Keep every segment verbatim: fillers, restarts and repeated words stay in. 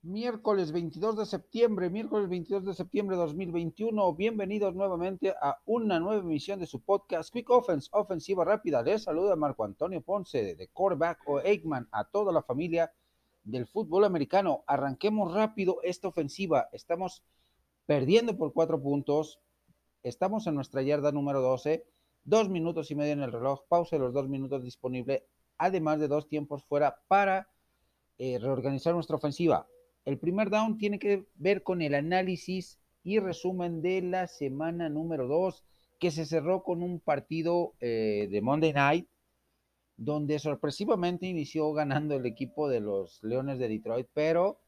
Miércoles veintidós de septiembre, miércoles veintidós de septiembre de dos mil veintiuno. Bienvenidos nuevamente a una nueva emisión de su podcast Quick Offense, ofensiva rápida. Les saluda Marco Antonio Ponce de quarterback o Eggman a toda la familia del fútbol americano. Arranquemos rápido esta ofensiva. Estamos perdiendo por cuatro puntos. Estamos en nuestra yarda número doce. Dos minutos y medio en el reloj. Pausa de los dos minutos disponible. Además de dos tiempos fuera para eh, reorganizar nuestra ofensiva. El primer down tiene que ver con el análisis y resumen de la semana número dos, que se cerró con un partido eh, de Monday Night, donde sorpresivamente inició ganando el equipo de los Leones de Detroit, pero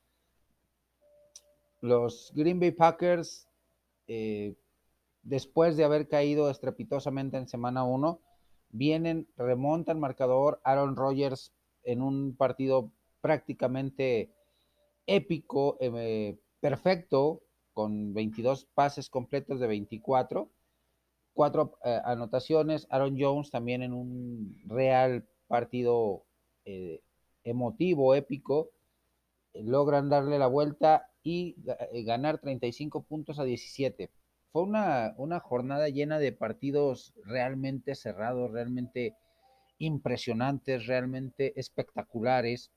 los Green Bay Packers, eh, después de haber caído estrepitosamente en semana uno, vienen, remontan marcador. Aaron Rodgers en un partido prácticamente épico, eh, perfecto, con veintidós pases completos de veinticuatro, cuatro eh, anotaciones. Aaron Jones también en un real partido eh, emotivo, épico, eh, logran darle la vuelta y eh, ganar treinta y cinco puntos a diecisiete. Fue una, una jornada llena de partidos realmente cerrados, realmente impresionantes, realmente espectaculares,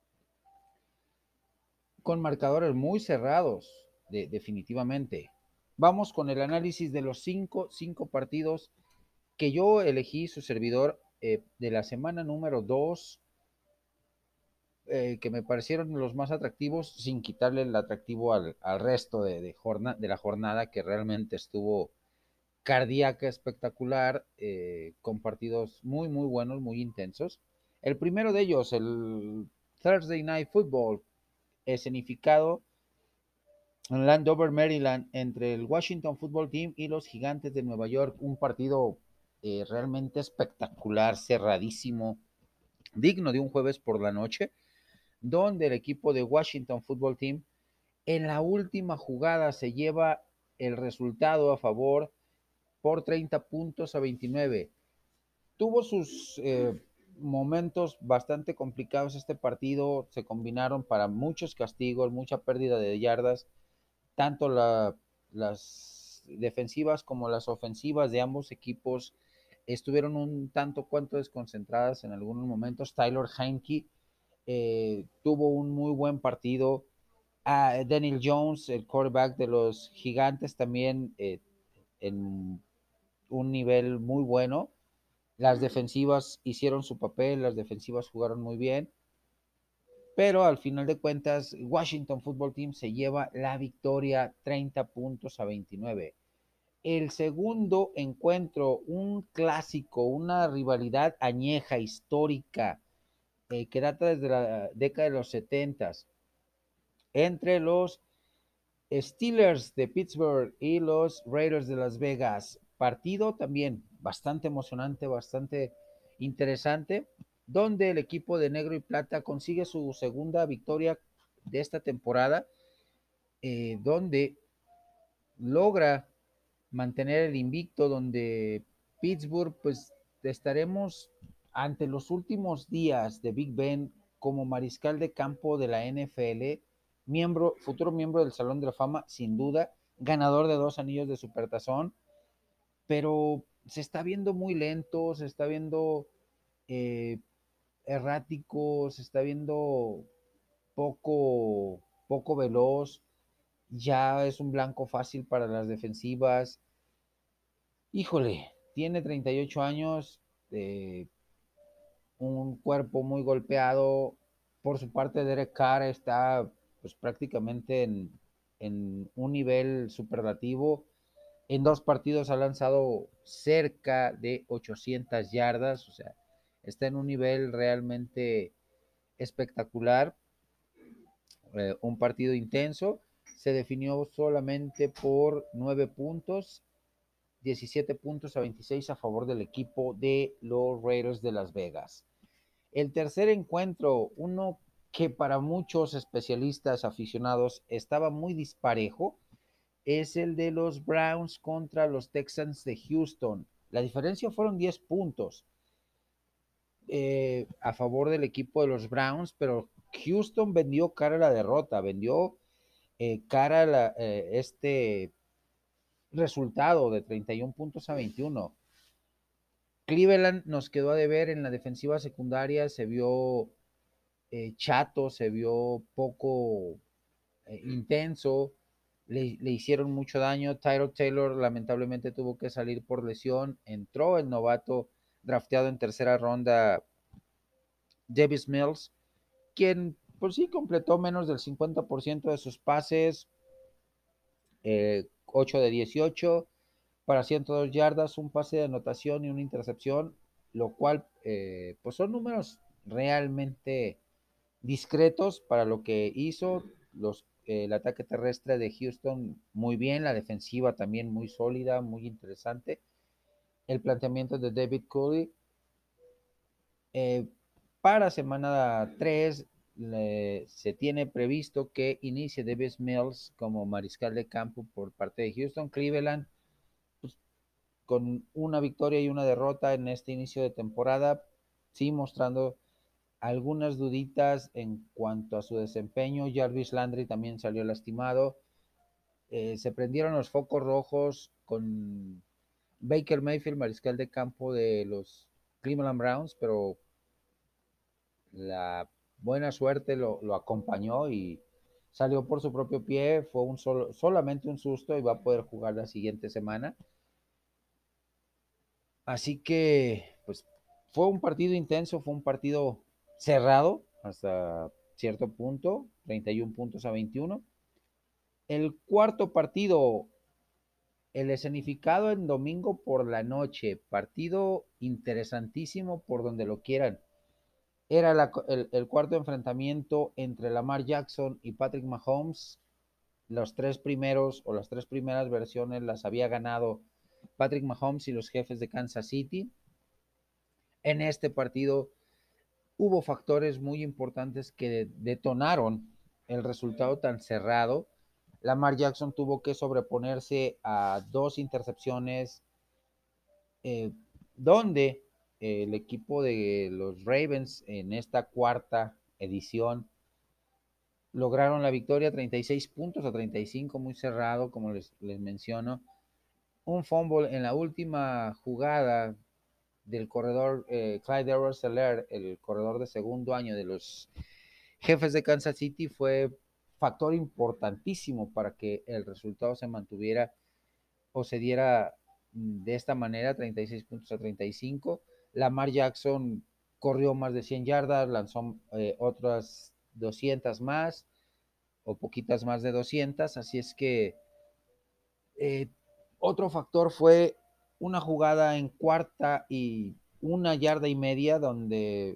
con marcadores muy cerrados, de, definitivamente. Vamos con el análisis de los cinco, cinco partidos que yo elegí, su servidor, eh, de la semana número dos, eh, que me parecieron los más atractivos, sin quitarle el atractivo al, al resto de, de, jorna, de la jornada, que realmente estuvo cardíaca, espectacular, eh, con partidos muy, muy buenos, muy intensos. El primero de ellos, el Thursday Night Football, escenificado en Landover, Maryland, entre el Washington Football Team y los Gigantes de Nueva York. Un partido eh, realmente espectacular, cerradísimo, digno de un jueves por la noche, donde el equipo de Washington Football Team en la última jugada se lleva el resultado a favor por treinta puntos a veintinueve. Tuvo sus eh, momentos bastante complicados este partido, se combinaron para muchos castigos, mucha pérdida de yardas, tanto la, las defensivas como las ofensivas de ambos equipos estuvieron un tanto cuanto desconcentradas en algunos momentos. Tyler Heinke eh, tuvo un muy buen partido. Uh, Daniel Jones, el quarterback de los Gigantes, también eh, en un nivel muy bueno. Las defensivas hicieron su papel, las defensivas jugaron muy bien, pero al final de cuentas Washington Football Team se lleva la victoria treinta puntos a veintinueve. El segundo encuentro, un clásico, una rivalidad añeja, histórica, eh, que data desde la década de los setenta, entre los Steelers de Pittsburgh y los Raiders de Las Vegas. Partido también bastante emocionante, bastante interesante, donde el equipo de negro y plata consigue su segunda victoria de esta temporada, eh, donde logra mantener el invicto, donde Pittsburgh, pues estaremos ante los últimos días de Big Ben como mariscal de campo de la N F L, miembro, futuro miembro del Salón de la Fama, sin duda, ganador de dos anillos de supertazón, pero se está viendo muy lento, se está viendo eh, errático, se está viendo poco, poco veloz, ya es un blanco fácil para las defensivas. Híjole, tiene treinta y ocho años, eh, un cuerpo muy golpeado. Por su parte, Derek Carr está pues prácticamente en, en un nivel superlativo. En dos partidos ha lanzado cerca de ochocientas yardas, o sea, está en un nivel realmente espectacular. Eh, un partido intenso, se definió solamente por nueve puntos, diecisiete puntos a veintiséis a favor del equipo de los Raiders de Las Vegas. El tercer encuentro, uno que para muchos especialistas aficionados estaba muy disparejo, es el de los Browns contra los Texans de Houston. La diferencia fueron diez puntos eh, a favor del equipo de los Browns, pero Houston vendió cara a la derrota, vendió eh, cara a la, eh, este resultado de treinta y uno puntos a veintiuno. Cleveland nos quedó a deber en la defensiva secundaria, se vio eh, chato, se vio poco eh, intenso, le, le, hicieron mucho daño. Tyrod Taylor lamentablemente tuvo que salir por lesión, entró el novato drafteado en tercera ronda, Davis Mills, quien pues sí completó menos del cincuenta por ciento de sus pases, eh, ocho de dieciocho para ciento dos yardas, un pase de anotación y una intercepción, lo cual eh, pues son números realmente discretos para lo que hizo. Los, eh, el ataque terrestre de Houston muy bien, la defensiva también muy sólida, muy interesante. El planteamiento de David Culley. Eh, para semana tres se tiene previsto que inicie Davis Mills como mariscal de campo por parte de Houston. Cleveland, pues, con una victoria y una derrota en este inicio de temporada, sí mostrando algunas duditas en cuanto a su desempeño. Jarvis Landry también salió lastimado. Eh, se prendieron los focos rojos con Baker Mayfield, mariscal de campo de los Cleveland Browns, pero la buena suerte lo, lo acompañó y salió por su propio pie. Fue un solo, solamente un susto y va a poder jugar la siguiente semana. Así que, pues, fue un partido intenso, fue un partido cerrado hasta cierto punto, treinta y uno puntos a veintiuno. El cuarto partido, el escenificado en domingo por la noche, partido interesantísimo por donde lo quieran. Era la, el, el cuarto enfrentamiento entre Lamar Jackson y Patrick Mahomes. Los tres primeros o las tres primeras versiones las había ganado Patrick Mahomes y los Jefes de Kansas City. En este partido hubo factores muy importantes que detonaron el resultado tan cerrado. Lamar Jackson tuvo que sobreponerse a dos intercepciones, eh, donde eh, el equipo de los Ravens en esta cuarta edición lograron la victoria treinta y seis puntos a treinta y cinco, muy cerrado, como les, les menciono. Un fumble en la última jugada del corredor eh, Clyde Edwards-Helaire, el corredor de segundo año de los Jefes de Kansas City, fue factor importantísimo para que el resultado se mantuviera o se diera de esta manera, treinta y seis puntos a treinta y cinco. Lamar Jackson corrió más de cien yardas, lanzó eh, otras doscientas más o poquitas más de doscientas, así es que eh, otro factor fue una jugada en cuarta y una yarda y media donde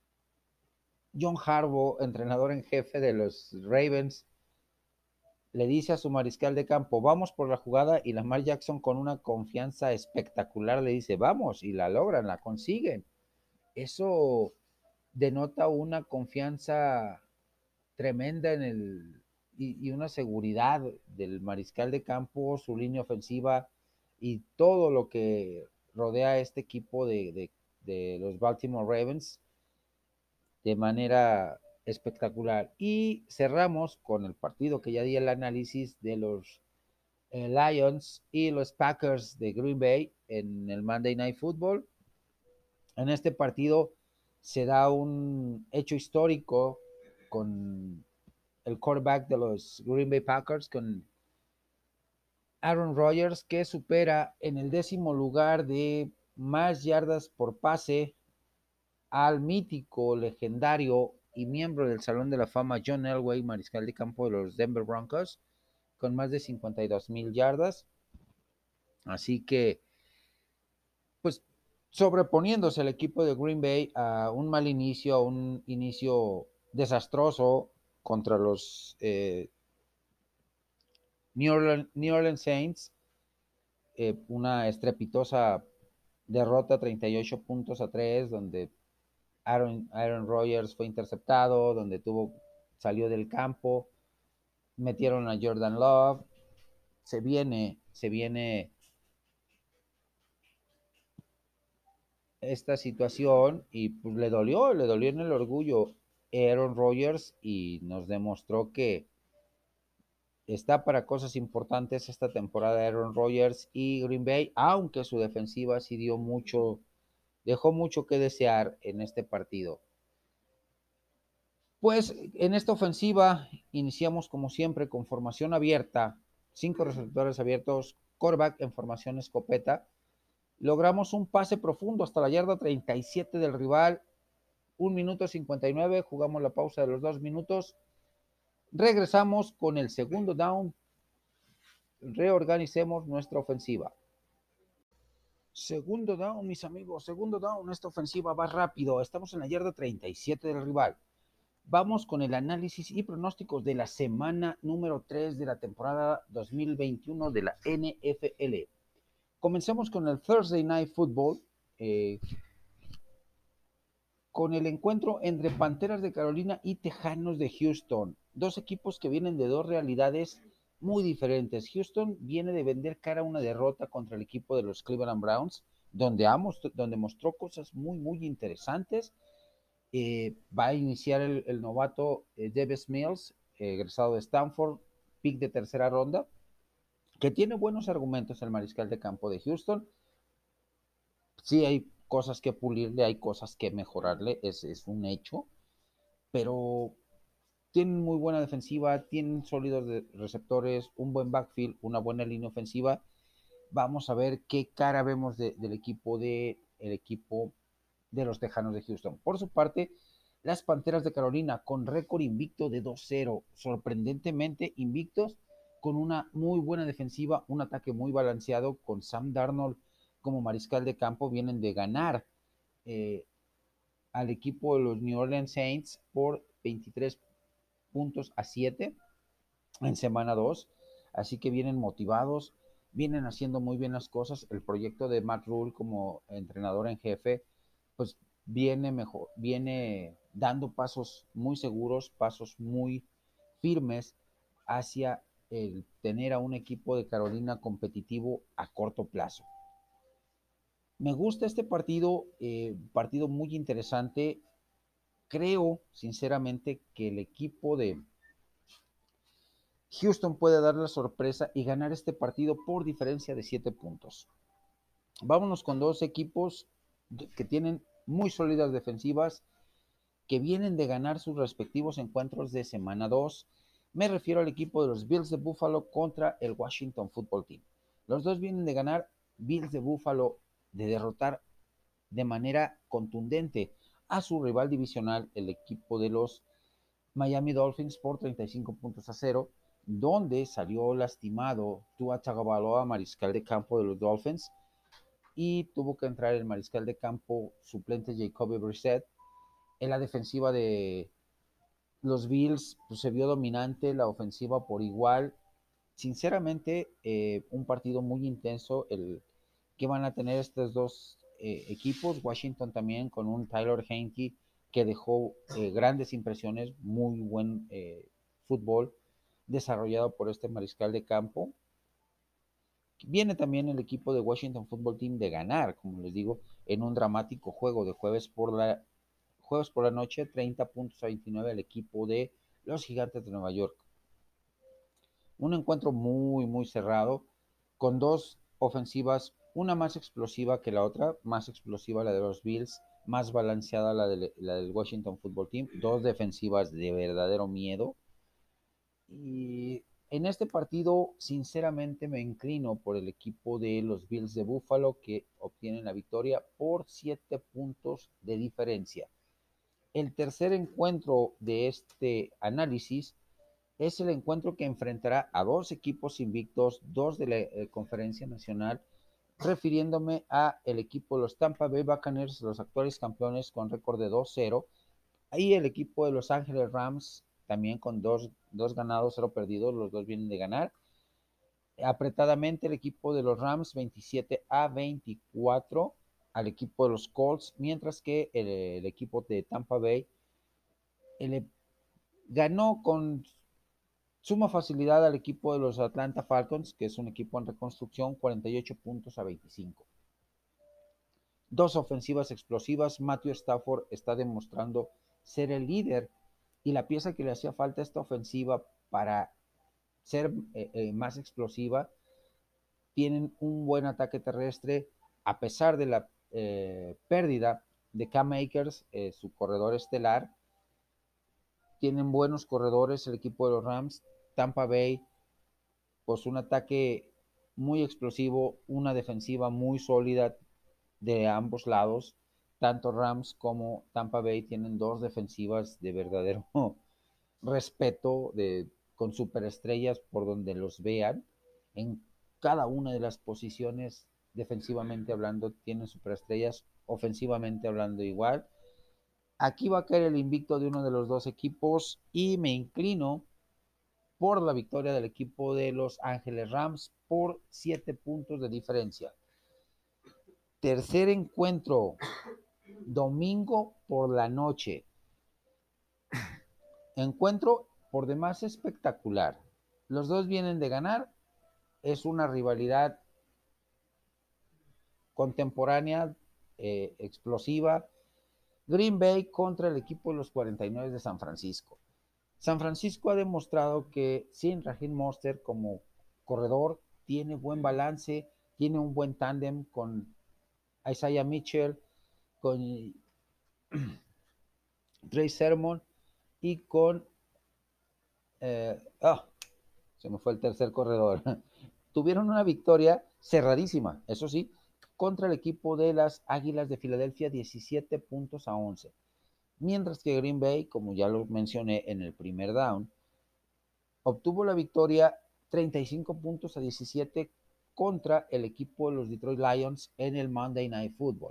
John Harbaugh, entrenador en jefe de los Ravens, le dice a su mariscal de campo, vamos por la jugada, y Lamar Jackson con una confianza espectacular le dice, vamos, y la logran, la consiguen. Eso denota una confianza tremenda en el y, y una seguridad del mariscal de campo, su línea ofensiva y todo lo que rodea a este equipo de, de, de los Baltimore Ravens de manera espectacular. Y cerramos con el partido que ya di el análisis de los eh, Lions y los Packers de Green Bay en el Monday Night Football. En este partido se da un hecho histórico con el quarterback de los Green Bay Packers, con Aaron Rodgers, que supera en el décimo lugar de más yardas por pase al mítico, legendario y miembro del Salón de la Fama John Elway, mariscal de campo de los Denver Broncos, con más de cincuenta y dos mil yardas. Así que, pues, sobreponiéndose el equipo de Green Bay a un mal inicio, a un inicio desastroso contra los eh, New, Orleans, New Orleans Saints, eh, una estrepitosa derrota treinta y ocho puntos a tres, donde Aaron, Aaron Rodgers fue interceptado, donde tuvo, salió del campo, metieron a Jordan Love, se viene, se viene esta situación y pues le dolió, le dolió en el orgullo Aaron Rodgers y nos demostró que está para cosas importantes esta temporada Aaron Rodgers y Green Bay, aunque su defensiva sí dio mucho, dejó mucho que desear en este partido. Pues en esta ofensiva iniciamos como siempre con formación abierta, cinco receptores abiertos, quarterback en formación escopeta. Logramos un pase profundo hasta la yarda treinta y siete del rival, un minuto cincuenta y nueve, jugamos la pausa de los dos minutos, regresamos con el segundo down, reorganicemos nuestra ofensiva. Segundo down, mis amigos, segundo down, esta ofensiva va rápido, estamos en la yarda treinta y siete del rival. Vamos con el análisis y pronósticos de la semana número tres de la temporada dos mil veintiuno de la N F L. Comencemos con el Thursday Night Football, eh, con el encuentro entre Panteras de Carolina y Tejanos de Houston. Dos equipos que vienen de dos realidades muy diferentes. Houston viene de vender cara a una derrota contra el equipo de los Cleveland Browns, donde, amos, donde mostró cosas muy, muy interesantes. Eh, va a iniciar el, el novato eh, Davis Mills, eh, egresado de Stanford, pick de tercera ronda, que tiene buenos argumentos el mariscal de campo de Houston. Sí hay cosas que pulirle, hay cosas que mejorarle, es, es un hecho, pero tienen muy buena defensiva, tienen sólidos de receptores, un buen backfield, una buena línea ofensiva. Vamos a ver qué cara vemos de, del equipo de el equipo de los Tejanos de Houston. Por su parte, las Panteras de Carolina con récord invicto de dos cero, sorprendentemente invictos, con una muy buena defensiva, un ataque muy balanceado, con Sam Darnold como mariscal de campo, vienen de ganar eh, al equipo de los New Orleans Saints por veintitrés puntos a siete en semana dos, así que vienen motivados, vienen haciendo muy bien las cosas. El proyecto de Matt Rule como entrenador en jefe, pues viene mejor, viene dando pasos muy seguros, pasos muy firmes hacia el tener a un equipo de Carolina competitivo a corto plazo. Me gusta este partido, eh, partido muy interesante. Creo, sinceramente, que el equipo de Houston puede dar la sorpresa y ganar este partido por diferencia de siete puntos. Vámonos con dos equipos que tienen muy sólidas defensivas, que vienen de ganar sus respectivos encuentros de semana dos. Me refiero al equipo de los Bills de Buffalo contra el Washington Football Team. Los dos vienen de ganar, Bills de Buffalo de derrotar de manera contundente a su rival divisional, el equipo de los Miami Dolphins, por treinta y cinco puntos a cero, donde salió lastimado Tua Tagovailoa, mariscal de campo de los Dolphins, y tuvo que entrar el mariscal de campo suplente Jacoby Brissett. En la defensiva de los Bills pues, se vio dominante, la ofensiva por igual. Sinceramente, eh, un partido muy intenso el que van a tener estos dos eh, equipos. Washington también con un Tyler Heinicke que dejó eh, grandes impresiones, muy buen eh, fútbol desarrollado por este mariscal de campo. Viene también el equipo de Washington Football Team de ganar, como les digo, en un dramático juego de jueves por la, jueves por la noche, treinta puntos a veintinueve al equipo de los Gigantes de Nueva York. Un encuentro muy, muy cerrado, con dos ofensivas, una más explosiva que la otra, más explosiva la de los Bills, más balanceada la, de, la del Washington Football Team, dos defensivas de verdadero miedo. Y en este partido, sinceramente, me inclino por el equipo de los Bills de Buffalo, que obtienen la victoria por siete puntos de diferencia. El tercer encuentro de este análisis es el encuentro que enfrentará a dos equipos invictos, dos de la eh, Conferencia Nacional, refiriéndome a el equipo de los Tampa Bay Buccaneers, los actuales campeones con récord de dos cero, y el equipo de Los Ángeles Rams, también con dos, dos ganados, cero perdidos, los dos vienen de ganar. Apretadamente el equipo de los Rams veintisiete a veinticuatro al equipo de los Colts, mientras que el, el equipo de Tampa Bay el, ganó con suma facilidad al equipo de los Atlanta Falcons, que es un equipo en reconstrucción, cuarenta y ocho puntos a veinticinco. Dos ofensivas explosivas. Matthew Stafford está demostrando ser el líder y la pieza que le hacía falta a esta ofensiva para ser eh, eh, más explosiva. Tienen un buen ataque terrestre, a pesar de la eh, pérdida de Cam Akers, eh, su corredor estelar. Tienen buenos corredores el equipo de los Rams. Tampa Bay, pues un ataque muy explosivo, una defensiva muy sólida de ambos lados. Tanto Rams como Tampa Bay tienen dos defensivas de verdadero respeto, de, con superestrellas por donde los vean. En cada una de las posiciones, defensivamente hablando, tienen superestrellas, ofensivamente hablando igual. Aquí va a caer el invicto de uno de los dos equipos y me inclino por la victoria del equipo de Los Ángeles Rams por siete puntos de diferencia. Tercer encuentro, domingo por la noche. Encuentro por demás espectacular. Los dos vienen de ganar. Es una rivalidad contemporánea, eh, explosiva. Green Bay contra el equipo de los cuarenta y nueve de San Francisco. San Francisco ha demostrado que sin Raheem Mostert como corredor tiene buen balance, tiene un buen tándem con Isaiah Mitchell, con Trey Sermon y con eh, oh, se me fue el tercer corredor. Tuvieron una victoria cerradísima, eso sí, contra el equipo de las Águilas de Filadelfia, diecisiete puntos a once. Mientras que Green Bay, como ya lo mencioné en el primer down, obtuvo la victoria treinta y cinco puntos a diecisiete contra el equipo de los Detroit Lions en el Monday Night Football.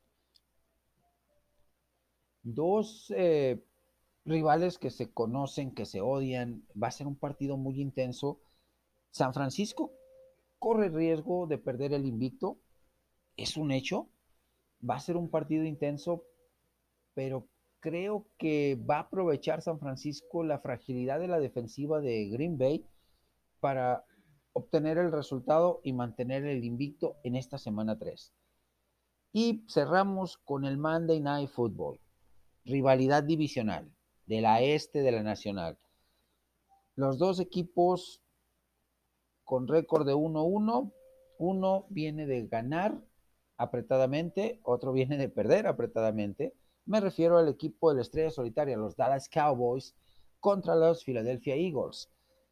Dos eh, rivales que se conocen, que se odian, va a ser un partido muy intenso. San Francisco corre riesgo de perder el invicto, es un hecho, va a ser un partido intenso, pero creo que va a aprovechar San Francisco la fragilidad de la defensiva de Green Bay para obtener el resultado y mantener el invicto en esta semana tres. Y cerramos con el Monday Night Football, rivalidad divisional de la este de la Nacional. Los dos equipos con récord de uno uno, uno viene de ganar apretadamente, otro viene de perder apretadamente. Me refiero al equipo de la estrella solitaria, los Dallas Cowboys, contra los Philadelphia Eagles.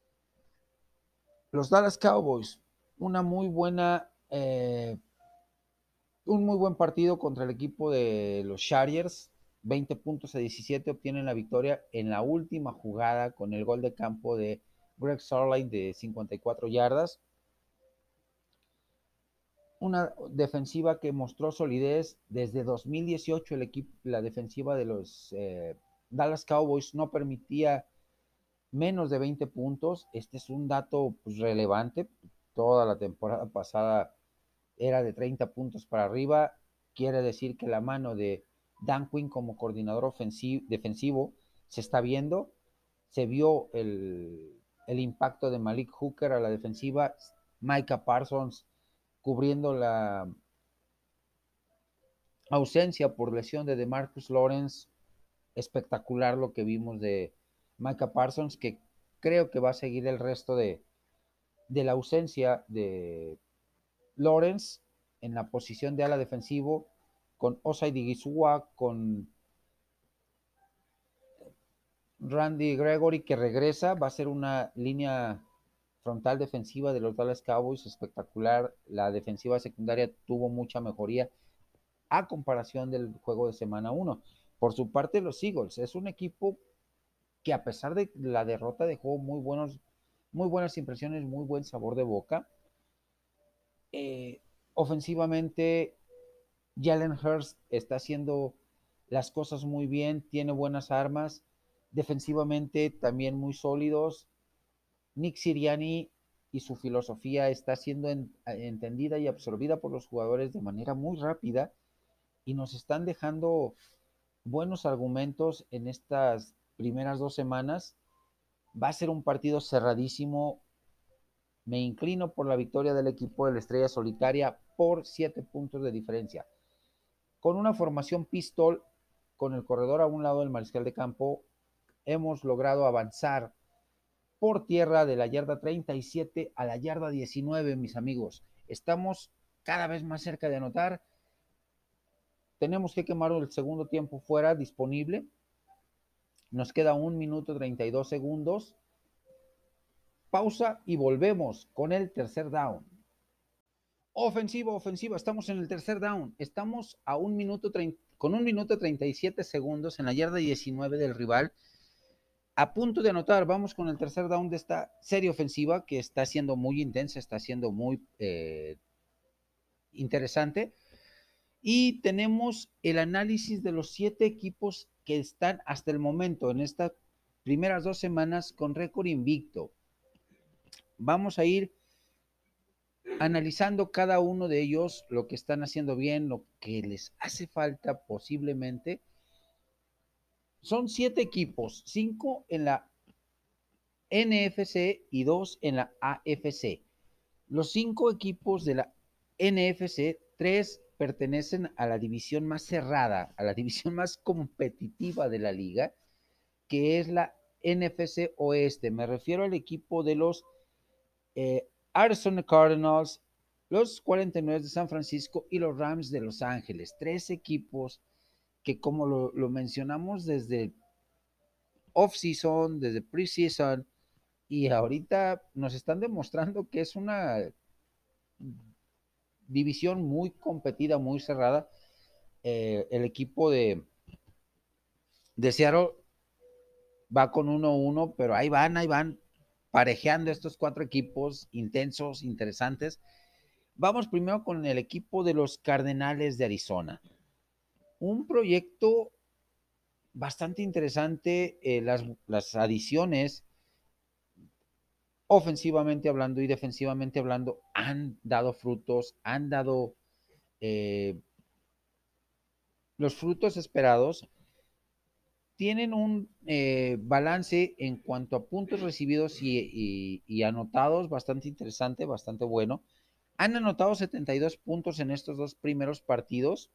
Los Dallas Cowboys, una muy buena, eh, un muy buen partido contra el equipo de los Chargers, veinte puntos a diecisiete, obtienen la victoria en la última jugada con el gol de campo de Greg Zuerlein de cincuenta y cuatro yardas. Una defensiva que mostró solidez desde dos mil dieciocho. El equipo, la defensiva de los eh, Dallas Cowboys no permitía menos de veinte puntos. Este es un dato pues, relevante. Toda la temporada pasada era de treinta puntos para arriba. Quiere decir que la mano de Dan Quinn como coordinador ofensivo, defensivo se está viendo. Se vio el, el impacto de Malik Hooker a la defensiva. Micah Parsons cubriendo la ausencia por lesión de DeMarcus Lawrence. Espectacular lo que vimos de Micah Parsons, que creo que va a seguir el resto de, de la ausencia de Lawrence en la posición de ala defensivo, con Osai Digizua, con Randy Gregory que regresa. Va a ser una línea frontal defensiva de los Dallas Cowboys espectacular. La defensiva secundaria tuvo mucha mejoría a comparación del juego de semana uno. Por su parte, los Eagles es un equipo que a pesar de la derrota dejó muy, buenos, muy buenas impresiones, muy buen sabor de boca. Eh, ofensivamente, Jalen Hurts está haciendo las cosas muy bien, tiene buenas armas. Defensivamente también muy sólidos. Nick Sirianni y su filosofía está siendo en, entendida y absorbida por los jugadores de manera muy rápida y nos están dejando buenos argumentos en estas primeras dos semanas. Va a ser un partido cerradísimo. Me inclino por la victoria del equipo de la estrella solitaria por siete puntos de diferencia. Con una formación pistol, con el corredor a un lado del mariscal de campo, hemos logrado avanzar por tierra de la yarda treinta y siete a la yarda diecinueve, mis amigos. Estamos cada vez más cerca de anotar. Tenemos que quemar el segundo tiempo fuera disponible. Nos queda un minuto treinta y dos segundos. Pausa y volvemos con el tercer down. Ofensiva, ofensiva, estamos en el tercer down. Estamos a un minuto treinta, con un minuto treinta y siete segundos en la yarda diecinueve del rival. A punto de anotar, vamos con el tercer down de esta serie ofensiva que está siendo muy intensa, está siendo muy eh, interesante. Y tenemos el análisis de los siete equipos que están hasta el momento en estas primeras dos semanas con récord invicto. Vamos a ir analizando cada uno de ellos, lo que están haciendo bien, lo que les hace falta posiblemente. Son siete equipos, cinco en la N F C y dos en la A F C. Los cinco equipos de la N F C, tres pertenecen a la división más cerrada, a la división más competitiva de la liga, que es la N F C Oeste. Me refiero al equipo de los eh, Arizona Cardinals, los cuarenta y nueve de San Francisco y los Rams de Los Ángeles. Tres equipos que, como lo, lo mencionamos desde off-season, desde pre-season, y ahorita nos están demostrando que es una división muy competida, muy cerrada. Eh, el equipo de, de Seattle va con uno uno, pero ahí van, ahí van parejeando estos cuatro equipos intensos, interesantes. Vamos primero con el equipo de los Cardenales de Arizona. Un proyecto bastante interesante, eh, las, las adiciones, ofensivamente hablando y defensivamente hablando, han dado frutos, han dado eh, los frutos esperados. Tienen un eh, balance en cuanto a puntos recibidos y, y, y anotados bastante interesante, bastante bueno. Han anotado setenta y dos puntos en estos dos primeros partidos,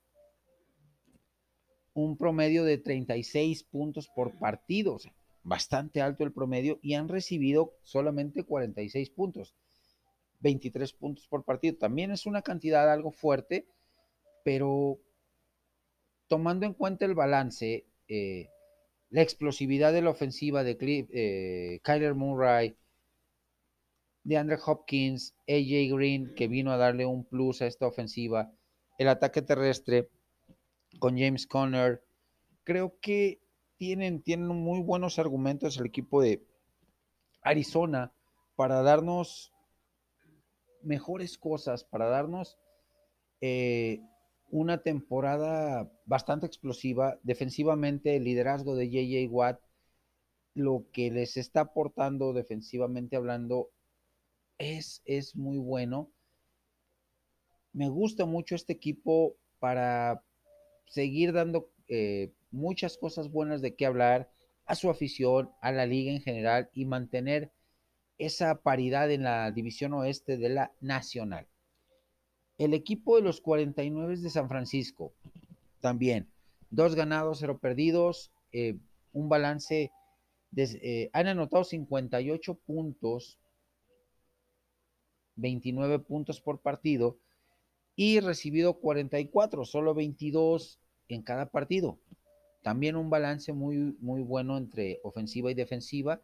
un promedio de treinta y seis puntos por partido, o sea, bastante alto el promedio, y han recibido solamente cuarenta y seis puntos, veintitrés puntos por partido. También es una cantidad algo fuerte, pero tomando en cuenta el balance, eh, la explosividad de la ofensiva de Cliff, eh, Kyler Murray, de Andre Hopkins, A J Green, que vino a darle un plus a esta ofensiva, el ataque terrestre con James Conner. Creo que tienen, tienen muy buenos argumentos el equipo de Arizona para darnos mejores cosas, para darnos eh, una temporada bastante explosiva. Defensivamente, el liderazgo de J J Watt, lo que les está aportando defensivamente hablando, es, es muy bueno. Me gusta mucho este equipo para seguir dando eh, muchas cosas buenas de qué hablar a su afición, a la liga en general y mantener esa paridad en la división oeste de la nacional. El equipo de los cuarenta y nueve de San Francisco, también, dos ganados, cero perdidos, eh, un balance, de, eh, han anotado cincuenta y ocho puntos, veintinueve puntos por partido, y recibido cuarenta y cuatro, solo veintidós en cada partido. También un balance muy, muy bueno entre ofensiva y defensiva.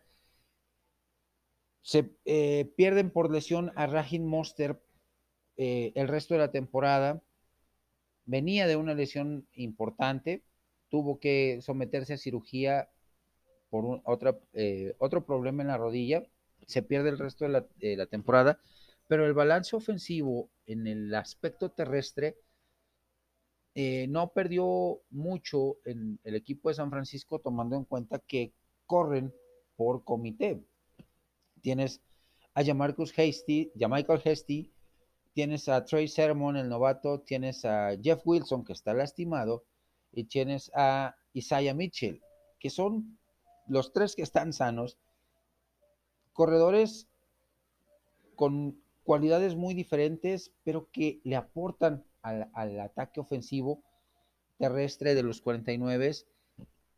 Se eh, pierden por lesión a Raheem Mostert eh, el resto de la temporada. Venía de una lesión importante, tuvo que someterse a cirugía por un, otra, eh, otro problema en la rodilla, se pierde el resto de la, de la temporada, pero el balance ofensivo en el aspecto terrestre eh, no perdió mucho en el equipo de San Francisco, tomando en cuenta que corren por comité. Tienes a Jamarcus Hasty, Jamichael Hasty, tienes a Trey Sermon, el novato, tienes a Jeff Wilson, que está lastimado, y tienes a Isaiah Mitchell, que son los tres que están sanos, corredores con cualidades muy diferentes, pero que le aportan al, al ataque ofensivo terrestre de los cuarenta y nueve.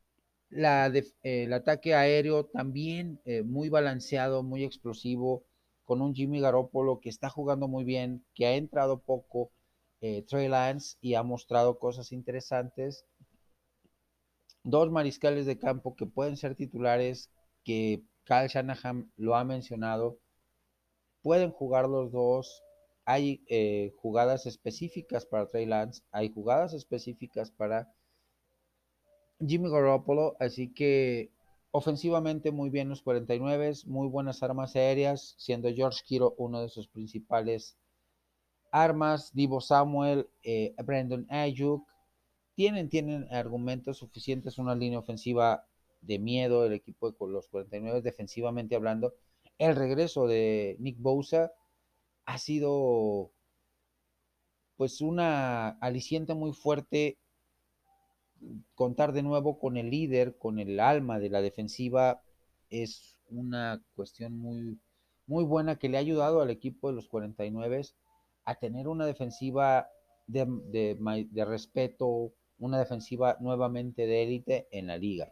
La def- eh, el ataque aéreo también eh, muy balanceado, muy explosivo, con un Jimmy Garoppolo que está jugando muy bien, que ha entrado poco, eh, Trey Lance, y ha mostrado cosas interesantes. Dos mariscales de campo que pueden ser titulares, que Kyle Shanahan lo ha mencionado, pueden jugar los dos. Hay eh, jugadas específicas para Trey Lance, hay jugadas específicas para Jimmy Garoppolo, así que ofensivamente muy bien los cuarenta y nueve, muy buenas armas aéreas, siendo George Kittle uno de sus principales armas, Divo Samuel, eh, Brandon Ayuk, tienen, tienen argumentos suficientes, una línea ofensiva de miedo, el equipo de los cuarenta y nueve defensivamente hablando. El regreso de Nick Bosa ha sido pues una aliciente muy fuerte. Contar de nuevo con el líder, con el alma de la defensiva, es una cuestión muy, muy buena que le ha ayudado al equipo de los cuarenta y nueve a tener una defensiva de, de, de respeto, una defensiva nuevamente de élite en la liga.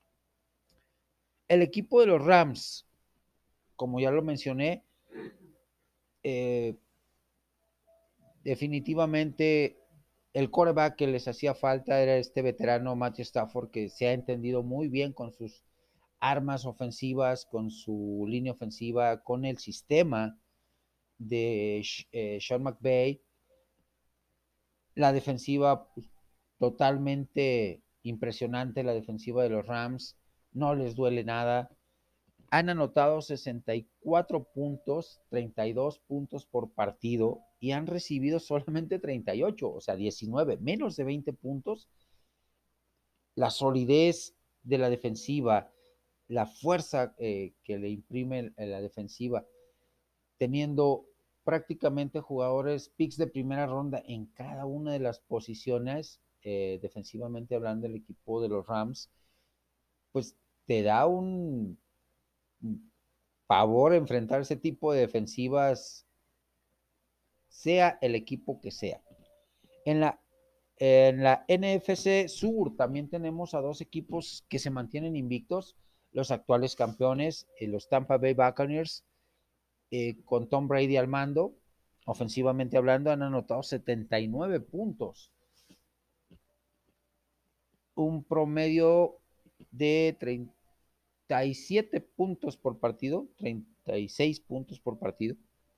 El equipo de los Rams, como ya lo mencioné, eh, definitivamente el quarterback que les hacía falta era este veterano Matthew Stafford, que se ha entendido muy bien con sus armas ofensivas, con su línea ofensiva, con el sistema de eh, Sean McVay. La defensiva pues, totalmente impresionante, la defensiva de los Rams, no les duele nada. Han anotado sesenta y cuatro puntos, treinta y dos puntos por partido y han recibido solamente treinta y ocho, o sea, diecinueve, menos de veinte puntos. La solidez de la defensiva, la fuerza eh, que le imprime la defensiva, teniendo prácticamente jugadores picks de primera ronda en cada una de las posiciones, eh, defensivamente hablando, el equipo de los Rams, pues te da un pavor enfrentar ese tipo de defensivas, sea el equipo que sea. En la, en la N F C Sur también tenemos a dos equipos que se mantienen invictos, los actuales campeones, eh, los Tampa Bay Buccaneers, eh, con Tom Brady al mando, ofensivamente hablando, han anotado setenta y nueve puntos, un promedio de treinta y siete puntos por partido, treinta y seis puntos por partido.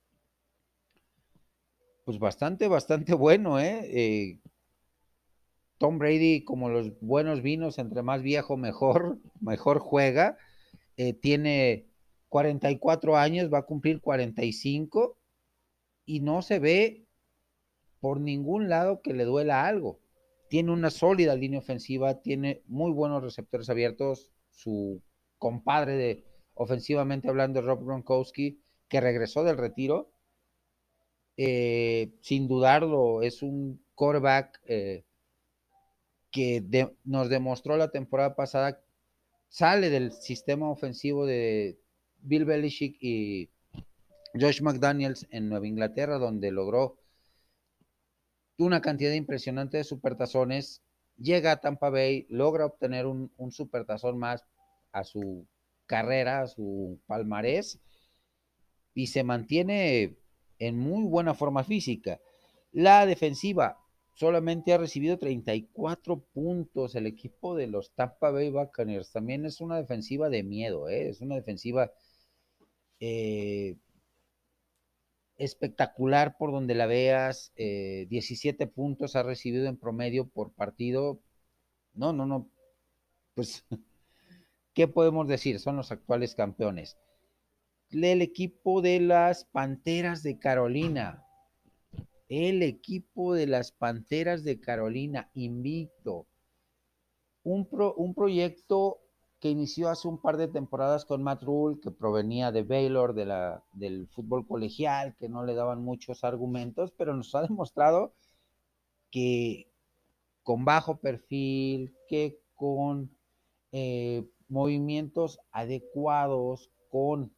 Pues bastante, bastante bueno, ¿eh? eh Tom Brady, como los buenos vinos, entre más viejo, mejor, mejor juega. Eh, tiene cuarenta y cuatro años, va a cumplir cuarenta y cinco y no se ve por ningún lado que le duela algo. Tiene una sólida línea ofensiva, tiene muy buenos receptores abiertos. Su compadre de ofensivamente hablando, Rob Gronkowski, que regresó del retiro, eh, sin dudarlo, es un quarterback eh, que de, nos demostró la temporada pasada, sale del sistema ofensivo de Bill Belichick y Josh McDaniels en Nueva Inglaterra, donde logró una cantidad impresionante de supertazones, llega a Tampa Bay, logra obtener un, un supertazón más a su carrera, a su palmarés, y se mantiene en muy buena forma física. La defensiva solamente ha recibido treinta y cuatro puntos. El equipo de los Tampa Bay Buccaneers también es una defensiva de miedo, ¿eh? Es una defensiva eh, espectacular por donde la veas. Eh, diecisiete puntos ha recibido en promedio por partido. No, no, no. Pues, ¿qué podemos decir? Son los actuales campeones. El equipo de las Panteras de Carolina. El equipo de las Panteras de Carolina, invicto. Un, pro, un proyecto que inició hace un par de temporadas con Matt Rhule, que provenía de Baylor, de la, del fútbol colegial, que no le daban muchos argumentos, pero nos ha demostrado que con bajo perfil, que con eh, movimientos adecuados, con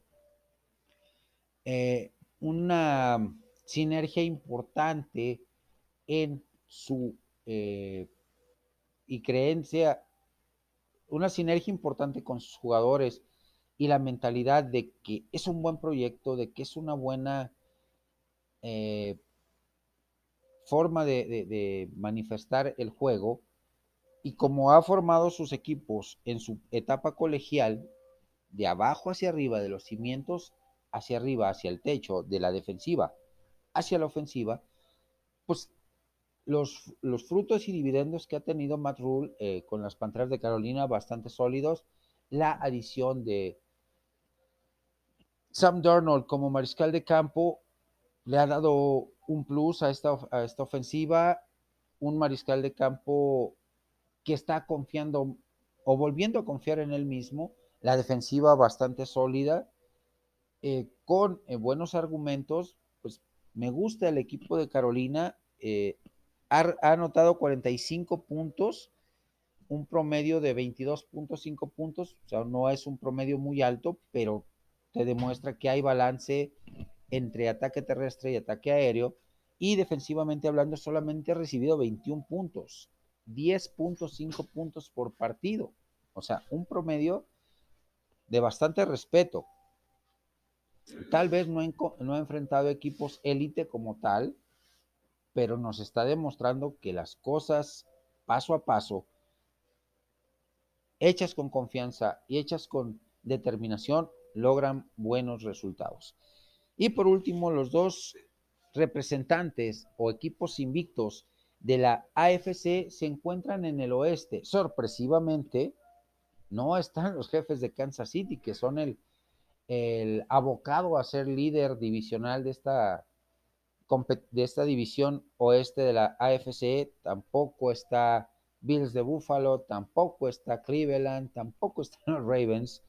eh, una sinergia importante en su eh, y creencia una sinergia importante con sus jugadores y la mentalidad de que es un buen proyecto, de que es una buena eh, forma de, de, de manifestar el juego, y como ha formado sus equipos en su etapa colegial, de abajo hacia arriba, de los cimientos hacia arriba, hacia el techo, de la defensiva hacia la ofensiva, pues los, los frutos y dividendos que ha tenido Matt Rule eh, con las Panteras de Carolina bastante sólidos, la adición de Sam Darnold como mariscal de campo le ha dado un plus a esta, a esta ofensiva, un mariscal de campo que está confiando o volviendo a confiar en él mismo, la defensiva bastante sólida, eh, con eh, buenos argumentos. Pues me gusta el equipo de Carolina, eh, ha, ha anotado cuarenta y cinco puntos, un promedio de veintidós punto cinco puntos, o sea, no es un promedio muy alto, pero te demuestra que hay balance entre ataque terrestre y ataque aéreo, y defensivamente hablando solamente ha recibido veintiún puntos, diez punto cinco puntos por partido, o sea, un promedio de bastante respeto. Tal vez no, en, no ha enfrentado equipos élite como tal, pero nos está demostrando que las cosas paso a paso, hechas con confianza y hechas con determinación, logran buenos resultados. Y por último, los dos representantes o equipos invictos de la A F C se encuentran en el oeste. Sorpresivamente, no están los Jefes de Kansas City, que son el, el abocado a ser líder divisional de esta, de esta división oeste de la A F C. Tampoco está Bills de Buffalo, tampoco está Cleveland, tampoco están los Ravens.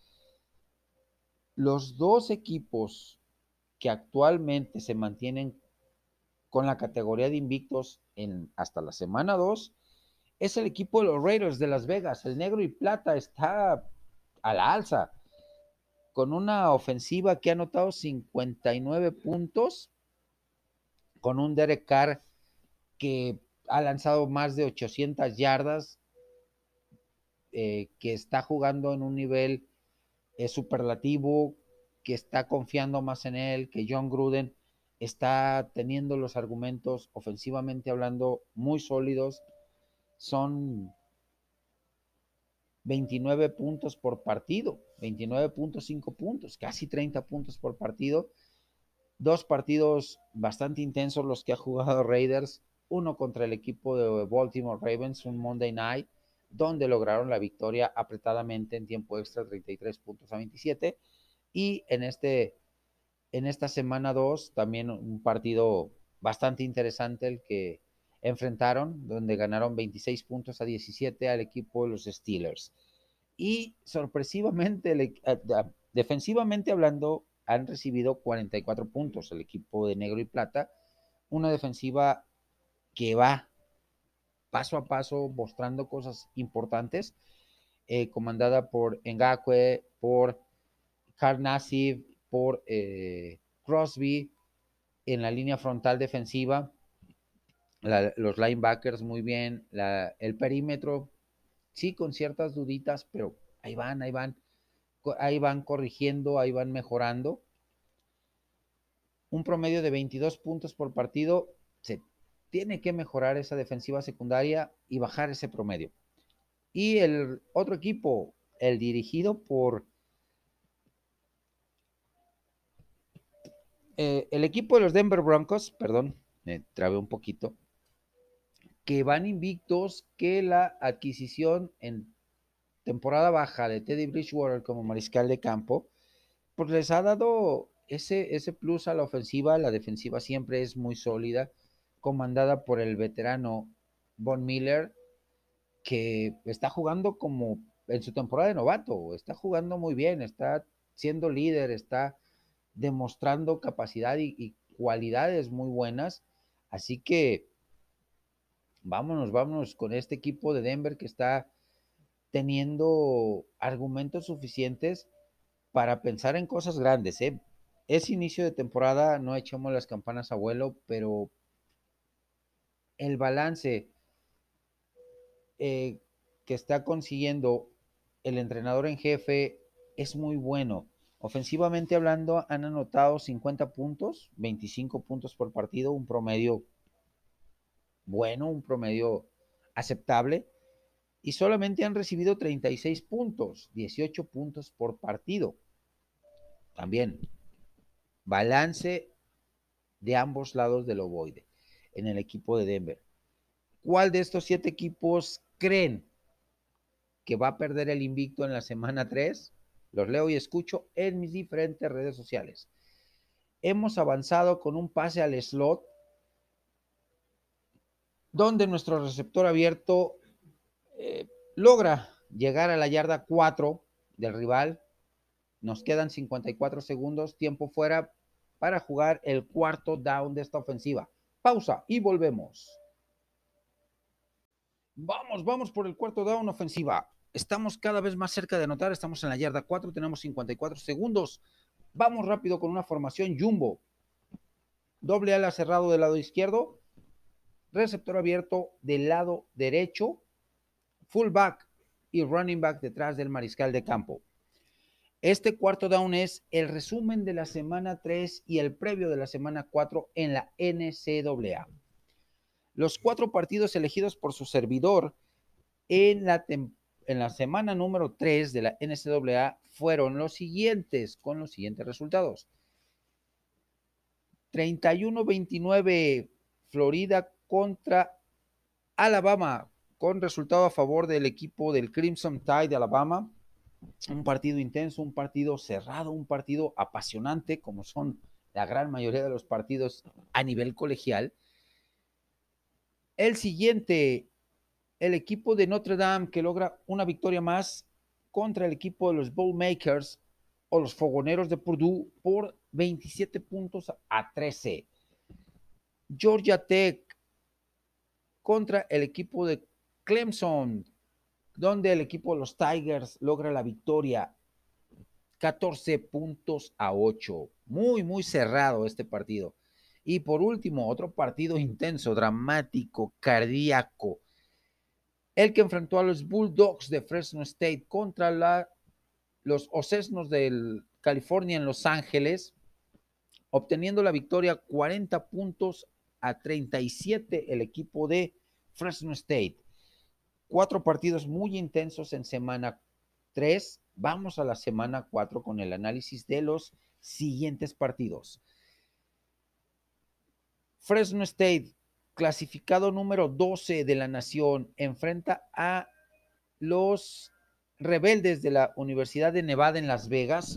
Los dos equipos que actualmente se mantienen con la categoría de invictos en hasta la semana dos es el equipo de los Raiders de Las Vegas. El negro y plata está a la alza, con una ofensiva que ha anotado cincuenta y nueve puntos, con un Derek Carr que ha lanzado más de ochocientas yardas, eh, que está jugando en un nivel eh, superlativo, que está confiando más en él, que John Gruden está teniendo los argumentos ofensivamente hablando muy sólidos. Son veintinueve puntos por partido, veintinueve punto cinco puntos, casi treinta puntos por partido. Dos partidos bastante intensos los que ha jugado Raiders, uno contra el equipo de Baltimore Ravens, un Monday Night, donde lograron la victoria apretadamente en tiempo extra, treinta y tres puntos a veintisiete, y en, este, en esta semana dos también un partido bastante interesante el que enfrentaron, donde ganaron veintiséis puntos a diecisiete al equipo de los Steelers. Y sorpresivamente, le, uh, defensivamente hablando, han recibido cuarenta y cuatro puntos el equipo de negro y plata, una defensiva que va paso a paso mostrando cosas importantes, eh, comandada por Ngakwe, por Karl Nassib, por eh, Crosby en la línea frontal defensiva, la, los linebackers muy bien, la, el perímetro, sí, con ciertas duditas, pero ahí van, ahí van, ahí van corrigiendo, ahí van mejorando. Un promedio de veintidós puntos por partido, se tiene que mejorar esa defensiva secundaria y bajar ese promedio. Y el otro equipo, el dirigido por eh, el equipo de los Denver Broncos, perdón, me trabé un poquito, que van invictos, que la adquisición en temporada baja de Teddy Bridgewater como mariscal de campo, pues les ha dado ese, ese plus a la ofensiva. La defensiva siempre es muy sólida, comandada por el veterano Von Miller, que está jugando como en su temporada de novato, está jugando muy bien, está siendo líder, está demostrando capacidad y, y cualidades muy buenas. Así que vámonos, vámonos con este equipo de Denver que está teniendo argumentos suficientes para pensar en cosas grandes, ¿eh? Es inicio de temporada, no echamos las campanas a vuelo, pero el balance eh, que está consiguiendo el entrenador en jefe es muy bueno. Ofensivamente hablando, han anotado cincuenta puntos, veinticinco puntos por partido, un promedio bueno, un promedio aceptable, y solamente han recibido treinta y seis puntos, dieciocho puntos por partido. También, balance de ambos lados del ovoide en el equipo de Denver. ¿Cuál de estos siete equipos creen que va a perder el invicto en la semana tres? Los leo y escucho en mis diferentes redes sociales. Hemos avanzado con un pase al slot donde nuestro receptor abierto eh, logra llegar a la yarda cuatro del rival. Nos quedan cincuenta y cuatro segundos, tiempo fuera para jugar el cuarto down de esta ofensiva. Pausa y volvemos. Vamos, vamos por el cuarto down ofensiva. Estamos cada vez más cerca de anotar, estamos en la yarda cuatro, tenemos cincuenta y cuatro segundos. Vamos rápido con una formación jumbo. Doble ala cerrado del lado izquierdo, receptor abierto del lado derecho, fullback y running back detrás del mariscal de campo. Este cuarto down es el resumen de la semana tres y el previo de la semana cuatro en la N C A A. Los cuatro partidos elegidos por su servidor en la, en la semana número tres de la N C A A fueron los siguientes, con los siguientes resultados. treinta y uno veintinueve Florida contra Alabama, con resultado a favor del equipo del Crimson Tide de Alabama. Un partido intenso, un partido cerrado, un partido apasionante, como son la gran mayoría de los partidos a nivel colegial. El siguiente, el equipo de Notre Dame, que logra una victoria más contra el equipo de los Boilermakers o los Fogoneros de Purdue por veintisiete puntos a trece. Georgia Tech contra el equipo de Clemson, donde el equipo de los Tigers logra la victoria catorce puntos a ocho. Muy, muy cerrado este partido. Y por último, otro partido intenso, dramático, cardíaco. El que enfrentó a los Bulldogs de Fresno State contra la, los Osesnos de California en Los Ángeles, obteniendo la victoria cuarenta puntos a treinta y siete el equipo de Fresno State. Cuatro partidos muy intensos en semana tres. Vamos a la semana cuatro con el análisis de los siguientes partidos. Fresno State, clasificado número doce de la nación, enfrenta a los Rebeldes de la Universidad de Nevada en Las Vegas.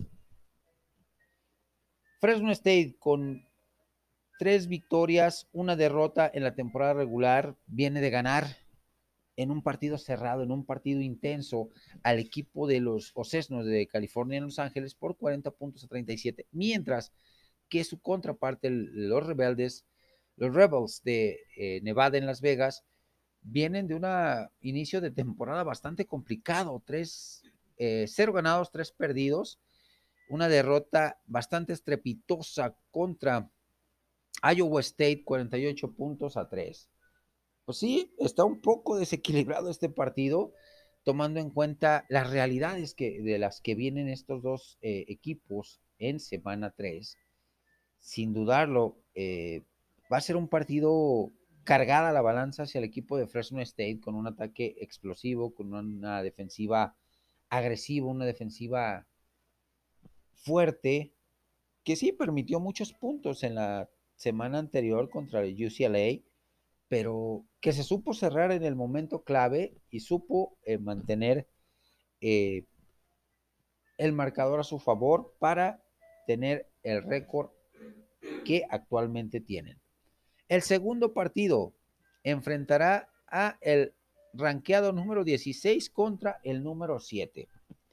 Fresno State, con tres victorias, una derrota en la temporada regular, viene de ganar en un partido cerrado, en un partido intenso, al equipo de los Osesnos de California en Los Ángeles por cuarenta puntos a treinta y siete, mientras que su contraparte, los Rebeldes, los Rebels de eh, Nevada en Las Vegas, vienen de un inicio de temporada bastante complicado, tres, eh, cero ganados, tres perdidos, una derrota bastante estrepitosa contra Iowa State, cuarenta y ocho puntos a tres. Pues sí, está un poco desequilibrado este partido, tomando en cuenta las realidades que, de las que vienen estos dos eh, equipos en semana tres. Sin dudarlo, eh, va a ser un partido cargada la balanza hacia el equipo de Fresno State, con un ataque explosivo, con una defensiva agresiva, una defensiva fuerte, que sí permitió muchos puntos en la semana anterior contra el U C L A, pero que se supo cerrar en el momento clave y supo eh, mantener eh, el marcador a su favor para tener el récord que actualmente tienen. El segundo partido enfrentará a el rankeado número dieciséis contra el número siete.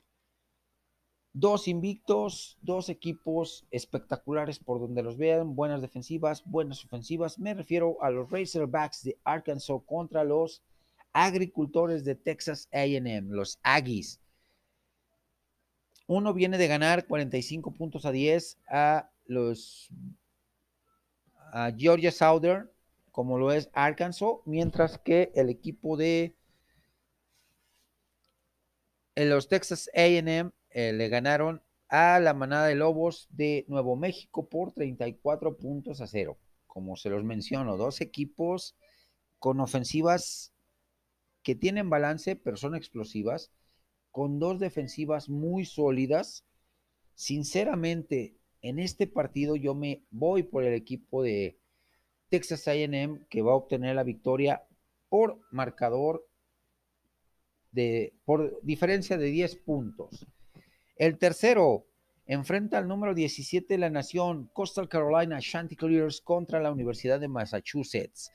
Dos invictos, dos equipos espectaculares por donde los vean, buenas defensivas, buenas ofensivas. Me refiero a los Razorbacks de Arkansas contra los Agricultores de Texas A and M, los Aggies. Uno viene de ganar cuarenta y cinco puntos a diez a los a Georgia Southern, como lo es Arkansas, mientras que el equipo de En los Texas A and M eh, le ganaron a la manada de Lobos de Nuevo México por treinta y cuatro puntos a cero. Como se los menciono, dos equipos con ofensivas que tienen balance, pero son explosivas, con dos defensivas muy sólidas. Sinceramente, en este partido yo me voy por el equipo de Texas A and M, que va a obtener la victoria por marcador de, por diferencia de diez puntos. El tercero enfrenta al número diecisiete de la nación, Coastal Carolina Chanticleers, contra la Universidad de Massachusetts.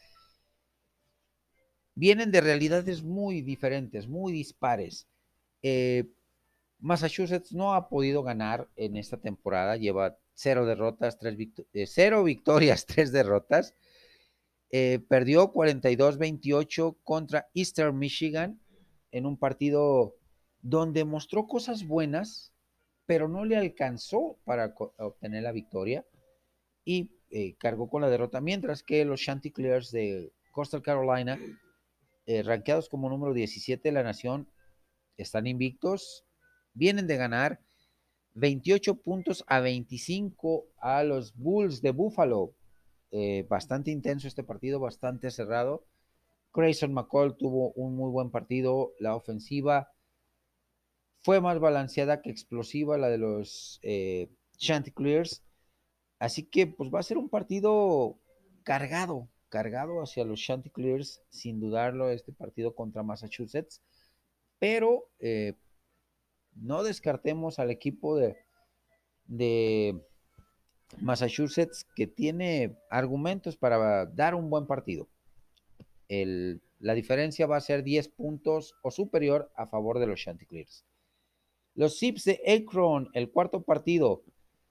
Vienen de realidades muy diferentes, muy dispares. Eh, Massachusetts no ha podido ganar en esta temporada, lleva cero derrotas, tres victo eh, cero victorias, tres derrotas. Eh, perdió cuarenta y dos veintiocho contra Eastern Michigan en un partido donde mostró cosas buenas, pero no le alcanzó para obtener la victoria y eh, cargó con la derrota, mientras que los Chanticleers de Coastal Carolina, eh, rankeados como número diecisiete de la nación, están invictos, vienen de ganar veintiocho puntos a veinticinco a los Bulls de Buffalo. Eh, bastante intenso este partido, bastante cerrado. Grayson McCall tuvo un muy buen partido. La ofensiva fue más balanceada que explosiva, la de los eh, Chanticleers. Así que pues va a ser un partido cargado, cargado hacia los Chanticleers, sin dudarlo, este partido contra Massachusetts. Pero eh, no descartemos al equipo de, de Massachusetts, que tiene argumentos para dar un buen partido. El, la diferencia va a ser diez puntos o superior a favor de los Chanticleers. Los Zips de Akron, el cuarto partido,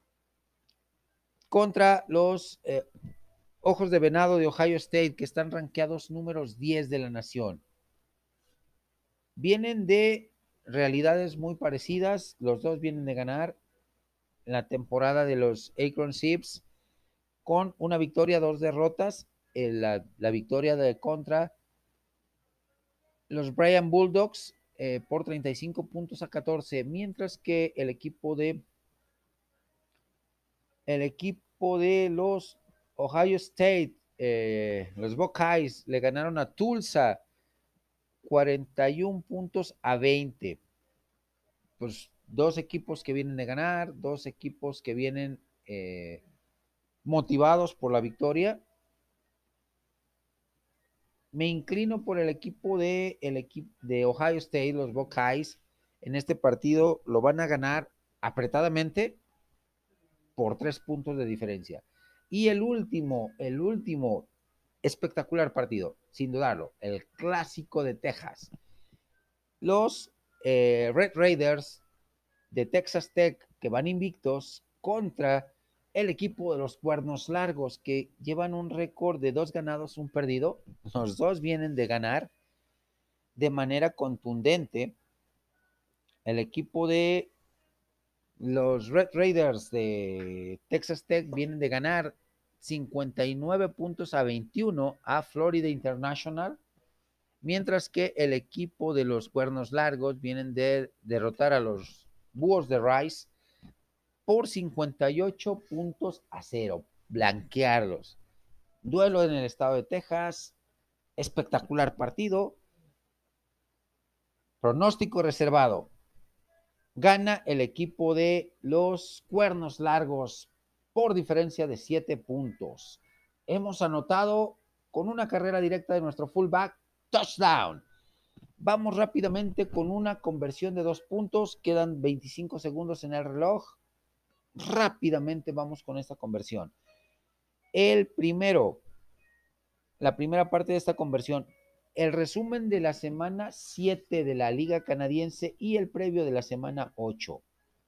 contra los eh, Ojos de Venado de Ohio State, que están rankeados números diez de la nación. Vienen de realidades muy parecidas, los dos vienen de ganar en la temporada de los Akron Zips, con una victoria, dos derrotas. Eh, la, la victoria de contra los Bryan Bulldogs eh, por treinta y cinco puntos a catorce, mientras que el equipo de el equipo de los Ohio State, eh, los Buckeyes, le ganaron a Tulsa cuarenta y uno puntos a veinte. Pues dos equipos que vienen de ganar, dos equipos que vienen eh, motivados por la victoria. Me inclino por el equipo de, el equipo de Ohio State, los Buckeyes. En este partido lo van a ganar apretadamente por tres puntos de diferencia. Y el último, el último espectacular partido, sin dudarlo, el clásico de Texas. Los eh, Red Raiders de Texas Tech, que van invictos, contra el equipo de los Cuernos Largos, que llevan un récord de dos ganados, un perdido. Los dos vienen de ganar de manera contundente. El equipo de los Red Raiders de Texas Tech vienen de ganar cincuenta y nueve puntos a veintiuno a Florida International, mientras que el equipo de los Cuernos Largos vienen de derrotar a los Búhos de Rice por cincuenta y ocho puntos a cero, blanquearlos. Duelo en el estado de Texas, espectacular partido, pronóstico reservado. Gana el equipo de los Cuernos Largos por diferencia de siete puntos. Hemos anotado con una carrera directa de nuestro fullback, touchdown. Vamos rápidamente con una conversión de dos puntos. Quedan veinticinco segundos en el reloj. Rápidamente vamos con esta conversión. El primero, la primera parte de esta conversión, el resumen de la semana siete de la Liga Canadiense y el previo de la semana ocho.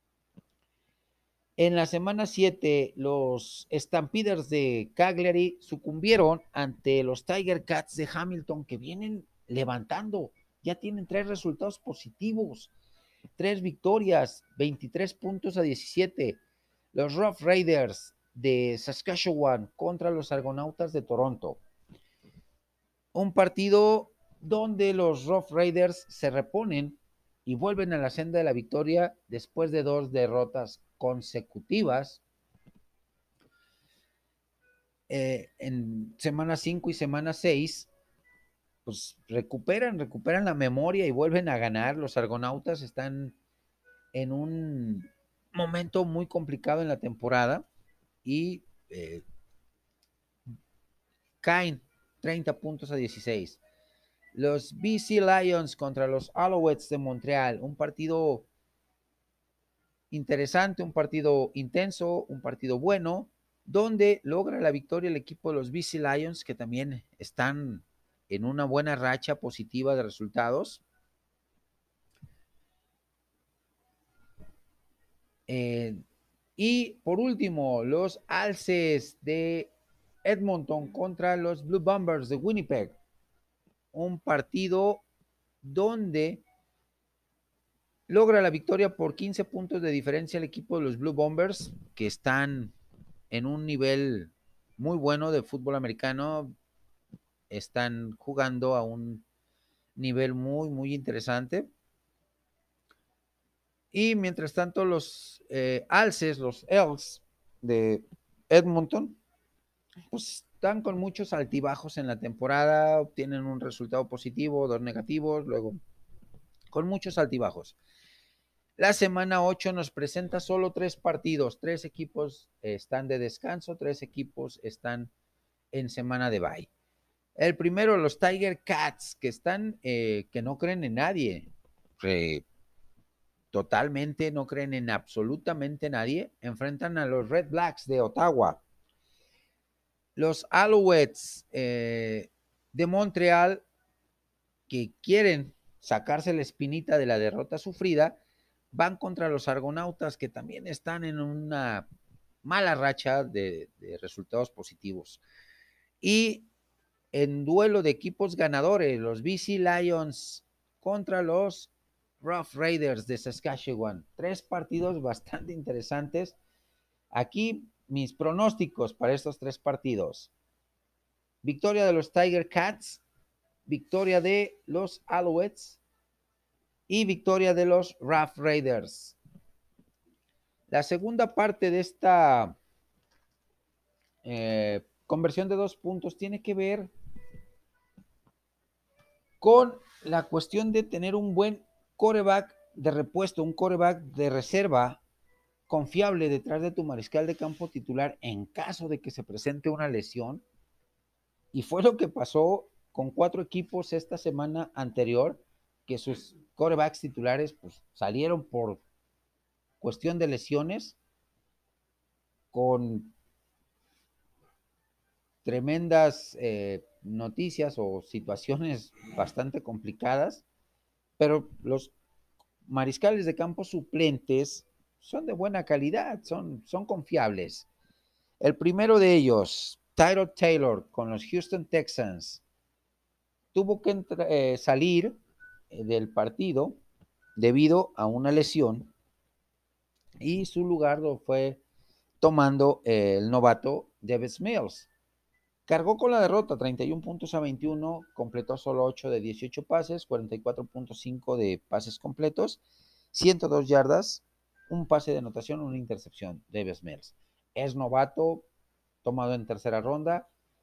En la semana siete, los Stampeders de Cagliari sucumbieron ante los Tiger Cats de Hamilton, que vienen levantando. Ya tienen tres resultados positivos, tres victorias, veintitrés puntos a diecisiete. Los Rough Raiders de Saskatchewan contra los Argonautas de Toronto. Un partido donde los Rough Raiders se reponen y vuelven a la senda de la victoria después de dos derrotas consecutivas eh, en semana cinco y semana seis. Pues recuperan, recuperan la memoria y vuelven a ganar. Los Argonautas están en un momento muy complicado en la temporada y eh, caen treinta puntos a dieciséis. Los B C Lions contra los Alouettes de Montreal, un partido interesante, un partido intenso, un partido bueno, donde logra la victoria el equipo de los B C Lions, que también están en una buena racha positiva de resultados. Eh, y por último, los Alces de Edmonton contra los Blue Bombers de Winnipeg. Un partido donde logra la victoria por quince puntos de diferencia el equipo de los Blue Bombers, que están en un nivel muy bueno de fútbol americano. Están jugando a un nivel muy, muy interesante. Y mientras tanto, los eh, Alces, los Elks de Edmonton, pues están con muchos altibajos en la temporada, obtienen un resultado positivo, dos negativos, luego con muchos altibajos. La semana ocho nos presenta solo tres partidos, tres equipos están de descanso, tres equipos están en semana de bye. El primero, los Tiger Cats, que están, eh, que no creen en nadie, eh, totalmente no creen en absolutamente nadie, enfrentan a los Red Blacks de Ottawa. Los Alouettes eh, de Montreal, que quieren sacarse la espinita de la derrota sufrida, van contra los Argonautas, que también están en una mala racha de, de resultados positivos. Y en duelo de equipos ganadores, los B C Lions contra los Rough Raiders de Saskatchewan. Tres partidos bastante interesantes. Aquí mis pronósticos para estos tres partidos. Victoria de los Tiger Cats, victoria de los Alouettes y victoria de los Rough Raiders. La segunda parte de esta eh, conversión de dos puntos tiene que ver con la cuestión de tener un buen quarterback de repuesto, un quarterback de reserva confiable detrás de tu mariscal de campo titular en caso de que se presente una lesión. Y fue lo que pasó con cuatro equipos esta semana anterior, que sus quarterbacks titulares pues, salieron por cuestión de lesiones con tremendas eh, noticias o situaciones bastante complicadas, pero los mariscales de campo suplentes son de buena calidad, son, son confiables. El primero de ellos, Tyrod Taylor, con los Houston Texans, tuvo que eh, salir del partido debido a una lesión y su lugar lo fue tomando eh, el novato Davis Mills. Cargó con la derrota, treinta y uno puntos a veintiuno, completó solo ocho de dieciocho pases, cuarenta y cuatro punto cinco de pases completos, ciento dos yardas, un pase de anotación, una intercepción. Davis Mills es novato, tomado en tercera ronda.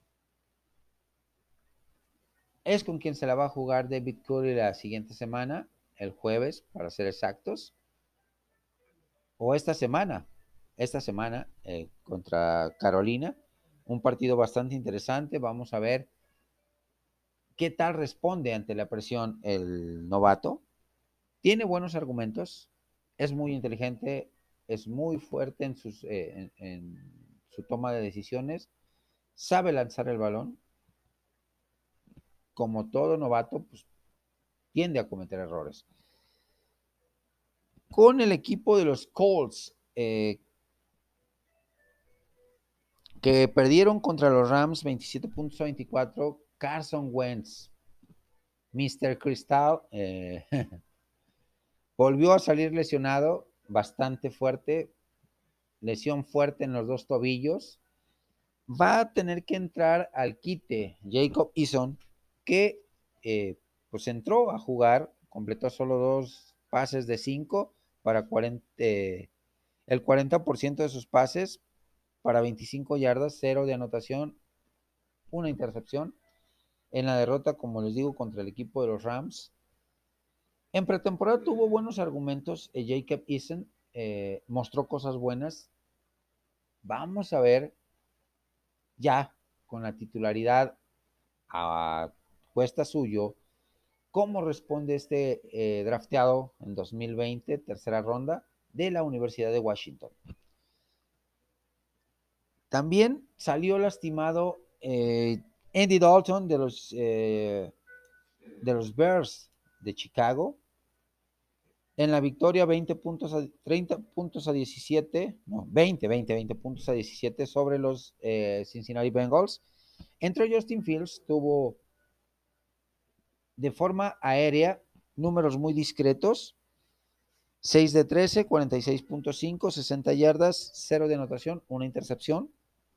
Es con quien se la va a jugar David Curry la siguiente semana, el jueves, para ser exactos. O esta semana, esta semana eh, contra Carolina. Un partido bastante interesante. Vamos a ver qué tal responde ante la presión el novato. Tiene buenos argumentos, es muy inteligente, es muy fuerte en, sus, eh, en, en su toma de decisiones, sabe lanzar el balón. Como todo novato, pues tiende a cometer errores. Con el equipo de los Colts, eh, que perdieron contra los Rams veintisiete puntos a veinticuatro, Carson Wentz, mister Cristal, eh, volvió a salir lesionado, bastante fuerte, lesión fuerte en los dos tobillos. Va a tener que entrar al quite Jacob Eason, que eh, pues entró a jugar, completó solo dos pases de cinco para cuarenta, eh, el cuarenta por ciento de sus pases para veinticinco yardas, cero de anotación, una intercepción. En la derrota, como les digo, contra el equipo de los Rams. En pretemporada tuvo buenos argumentos. Eh, Jacob Eason eh, mostró cosas buenas. Vamos a ver ya con la titularidad a cuesta suyo cómo responde este eh, drafteado en dos mil veinte, tercera ronda, de la Universidad de Washington. También salió lastimado eh, Andy Dalton de los, eh, de los Bears de Chicago. En la victoria veinte puntos a, treinta puntos a diecisiete, no, veinte, veinte, veinte puntos a diecisiete sobre los eh, Cincinnati Bengals. Entre Justin Fields tuvo de forma aérea números muy discretos, seis de trece, cuarenta y seis punto cinco, sesenta yardas, cero de anotación, una intercepción.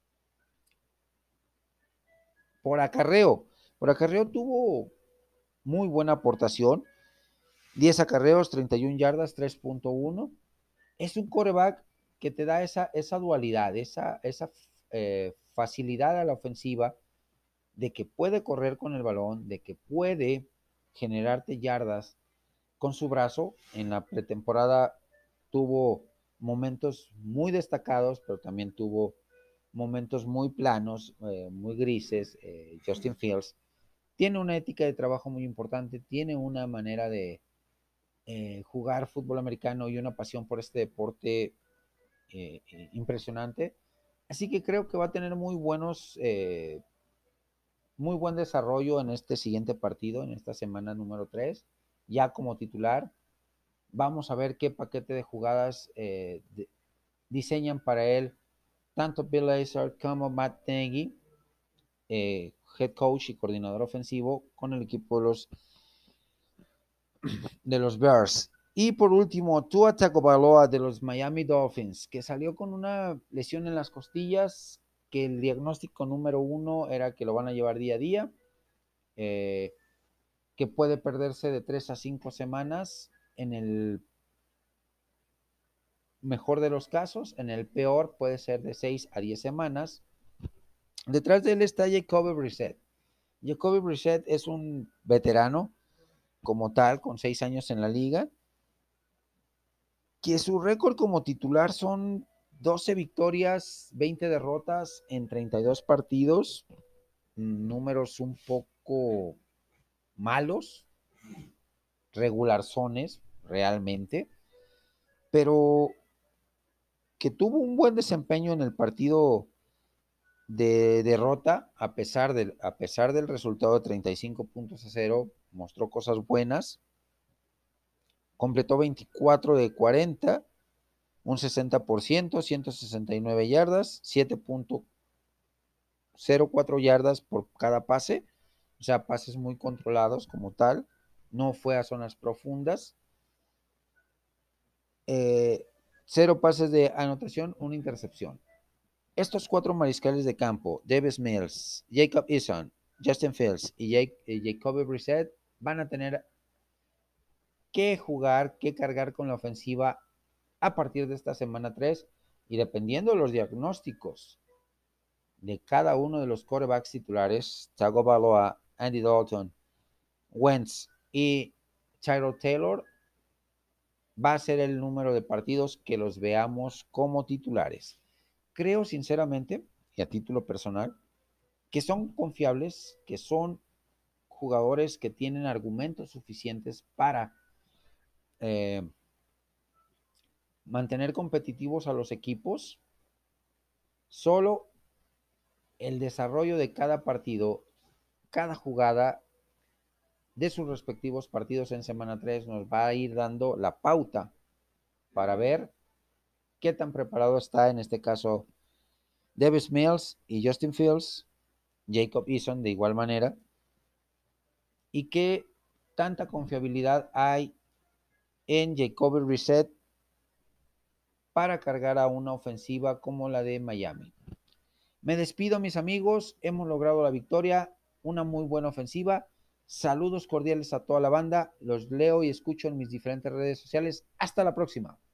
Por acarreo, por acarreo tuvo muy buena aportación, diez acarreos, treinta y una yardas, tres punto uno. Es un quarterback que te da esa, esa dualidad, esa, esa eh, facilidad a la ofensiva de que puede correr con el balón, de que puede generarte yardas con su brazo. En la pretemporada tuvo momentos muy destacados, pero también tuvo momentos muy planos, eh, muy grises. eh, Justin Fields tiene una ética de trabajo muy importante, tiene una manera de eh, jugar fútbol americano y una pasión por este deporte eh, eh, impresionante. Así que creo que va a tener muy buenos, eh, muy buen desarrollo en este siguiente partido, en esta semana número tres, ya como titular. Vamos a ver qué paquete de jugadas eh, de, diseñan para él tanto Bill Lazor como Matt Nagy, eh, head coach y coordinador ofensivo con el equipo de los, de los Bears. Y por último, Tua Tagovailoa de los Miami Dolphins, que salió con una lesión en las costillas, que el diagnóstico número uno era que lo van a llevar día a día, eh, que puede perderse de tres a cinco semanas en el mejor de los casos, en el peor puede ser de seis a diez semanas. Detrás de él está Jacoby Brissett. Jacoby Brissett es un veterano como tal, con seis años en la liga, que su récord como titular son doce victorias, veinte derrotas en treinta y dos partidos, números un poco malos, regularzones realmente, pero que tuvo un buen desempeño en el partido de derrota, a pesar del, a pesar del resultado de treinta y cinco puntos a cero, mostró cosas buenas, completó veinticuatro de cuarenta, un sesenta por ciento, ciento sesenta y nueve yardas, siete punto cero cuatro yardas por cada pase, o sea, pases muy controlados como tal, no fue a zonas profundas, eh, cero pases de anotación, una intercepción. Estos cuatro mariscales de campo, Davis Mills, Jacob Eason, Justin Fields y Jake, eh, Jacoby Brissett, van a tener que jugar, que cargar con la ofensiva a partir de esta semana tres, y dependiendo de los diagnósticos de cada uno de los quarterbacks titulares, Tagovailoa, Andy Dalton, Wentz y Tyrod Taylor, va a ser el número de partidos que los veamos como titulares. Creo sinceramente, y a título personal, que son confiables, que son jugadores que tienen argumentos suficientes para eh, mantener competitivos a los equipos. Solo el desarrollo de cada partido, cada jugada de sus respectivos partidos en semana tres nos va a ir dando la pauta para ver qué tan preparado está en este caso Davis Mills y Justin Fields, Jacob Eason de igual manera, y qué tanta confiabilidad hay en Jacoby Brissett para cargar a una ofensiva como la de Miami. Me despido, mis amigos, hemos logrado la victoria, una muy buena ofensiva. Saludos cordiales a toda la banda. Los leo y escucho en mis diferentes redes sociales. Hasta la próxima.